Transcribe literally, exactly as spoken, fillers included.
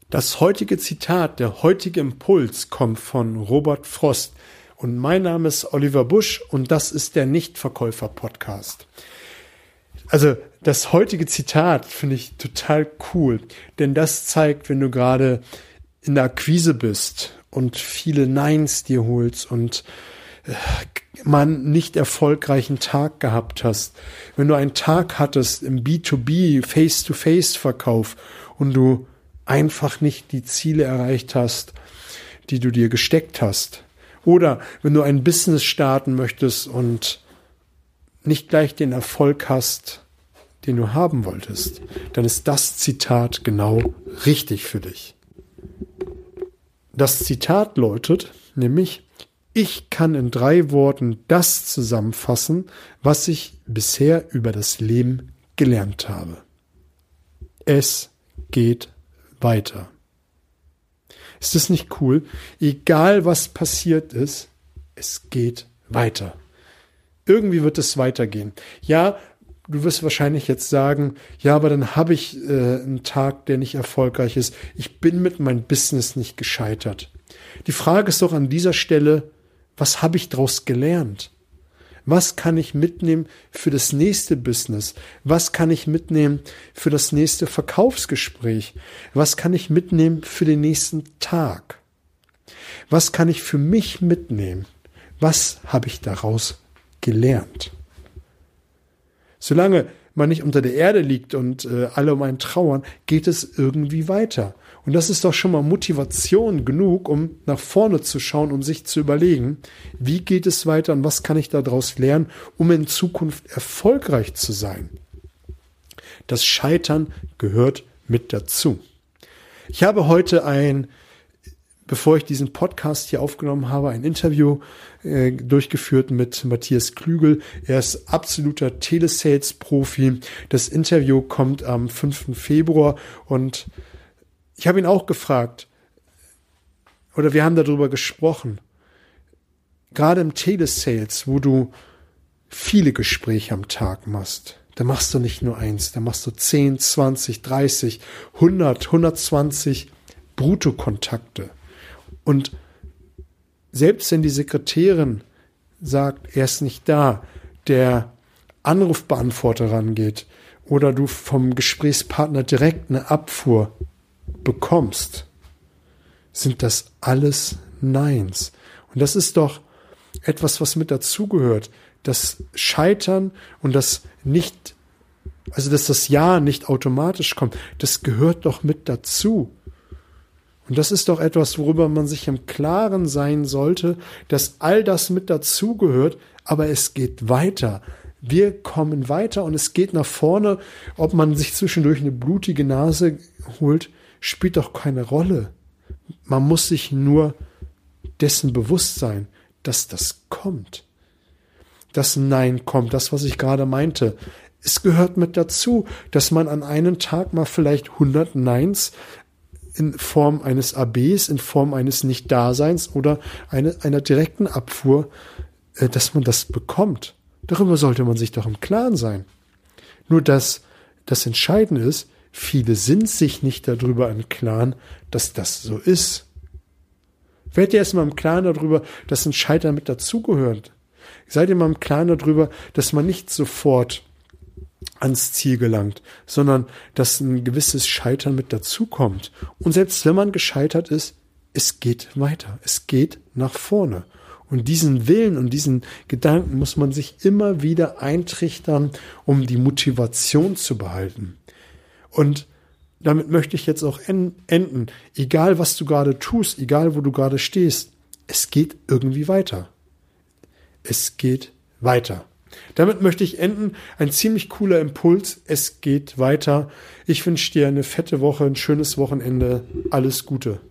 Das heutige Zitat, der heutige Impuls kommt von Robert Frost und mein Name ist Oliver Busch und das ist der Nichtverkäufer-Podcast. Also das heutige Zitat finde ich total cool, denn das zeigt, wenn du gerade in der Akquise bist und viele Neins dir holst und man nicht erfolgreichen Tag gehabt hast, wenn du einen Tag hattest im B zwei B, Face-to-Face-Verkauf und du einfach nicht die Ziele erreicht hast, die du dir gesteckt hast. Oder wenn du ein Business starten möchtest und nicht gleich den Erfolg hast, den du haben wolltest, dann ist das Zitat genau richtig für dich. Das Zitat lautet nämlich: Ich kann in drei Worten das zusammenfassen, was ich bisher über das Leben gelernt habe. Es geht weiter. Ist das nicht cool? Egal was passiert ist, es geht weiter. Irgendwie wird es weitergehen. Ja, du wirst wahrscheinlich jetzt sagen, ja, aber dann habe ich äh, einen Tag, der nicht erfolgreich ist. Ich bin mit meinem Business nicht gescheitert. Die Frage ist doch an dieser Stelle, was habe ich daraus gelernt? Was kann ich mitnehmen für das nächste Business? Was kann ich mitnehmen für das nächste Verkaufsgespräch? Was kann ich mitnehmen für den nächsten Tag? Was kann ich für mich mitnehmen? Was habe ich daraus gelernt? Solange man nicht unter der Erde liegt und äh, alle um einen trauern, geht es irgendwie weiter. Und das ist doch schon mal Motivation genug, um nach vorne zu schauen und sich zu überlegen, wie geht es weiter und was kann ich daraus lernen, um in Zukunft erfolgreich zu sein. Das Scheitern gehört mit dazu. Ich habe heute ein, bevor ich diesen Podcast hier aufgenommen habe, ein Interview äh, durchgeführt mit Matthias Klügel. Er ist absoluter Telesales-Profi. Das Interview kommt am fünften Februar und ich habe ihn auch gefragt, oder wir haben darüber gesprochen, gerade im Telesales, wo du viele Gespräche am Tag machst, da machst du nicht nur eins, da machst du zehn, zwanzig, dreißig, hundert, hundertzwanzig Bruttokontakte. Und selbst wenn die Sekretärin sagt, er ist nicht da, der Anrufbeantworter rangeht oder du vom Gesprächspartner direkt eine Abfuhr bekommst, sind das alles Neins. Und das ist doch etwas, was mit dazugehört. Das Scheitern und das nicht, also dass das Ja nicht automatisch kommt, das gehört doch mit dazu. Und das ist doch etwas, worüber man sich im Klaren sein sollte, dass all das mit dazugehört, aber es geht weiter. Wir kommen weiter und es geht nach vorne. Ob man sich zwischendurch eine blutige Nase holt, spielt doch keine Rolle. Man muss sich nur dessen bewusst sein, dass das kommt. Das Nein kommt, das, was ich gerade meinte. Es gehört mit dazu, dass man an einem Tag mal vielleicht hundert Neins in Form eines A Bs, in Form eines Nicht-Daseins oder eine, einer direkten Abfuhr, äh, dass man das bekommt. Darüber sollte man sich doch im Klaren sein. Nur dass das Entscheidende ist, viele sind sich nicht darüber im Klaren, dass das so ist. Werdet ihr erstmal im Klaren darüber, dass ein Scheitern mit dazugehört? Seid ihr mal im Klaren darüber, dass man nicht sofort ans Ziel gelangt, sondern dass ein gewisses Scheitern mit dazukommt. Und selbst wenn man gescheitert ist, es geht weiter, es geht nach vorne. Und diesen Willen und diesen Gedanken muss man sich immer wieder eintrichtern, um die Motivation zu behalten. Und damit möchte ich jetzt auch enden. Egal, was du gerade tust, egal, wo du gerade stehst, es geht irgendwie weiter. Es geht weiter. Damit möchte ich enden. Ein ziemlich cooler Impuls. Es geht weiter. Ich wünsche dir eine fette Woche, ein schönes Wochenende. Alles Gute.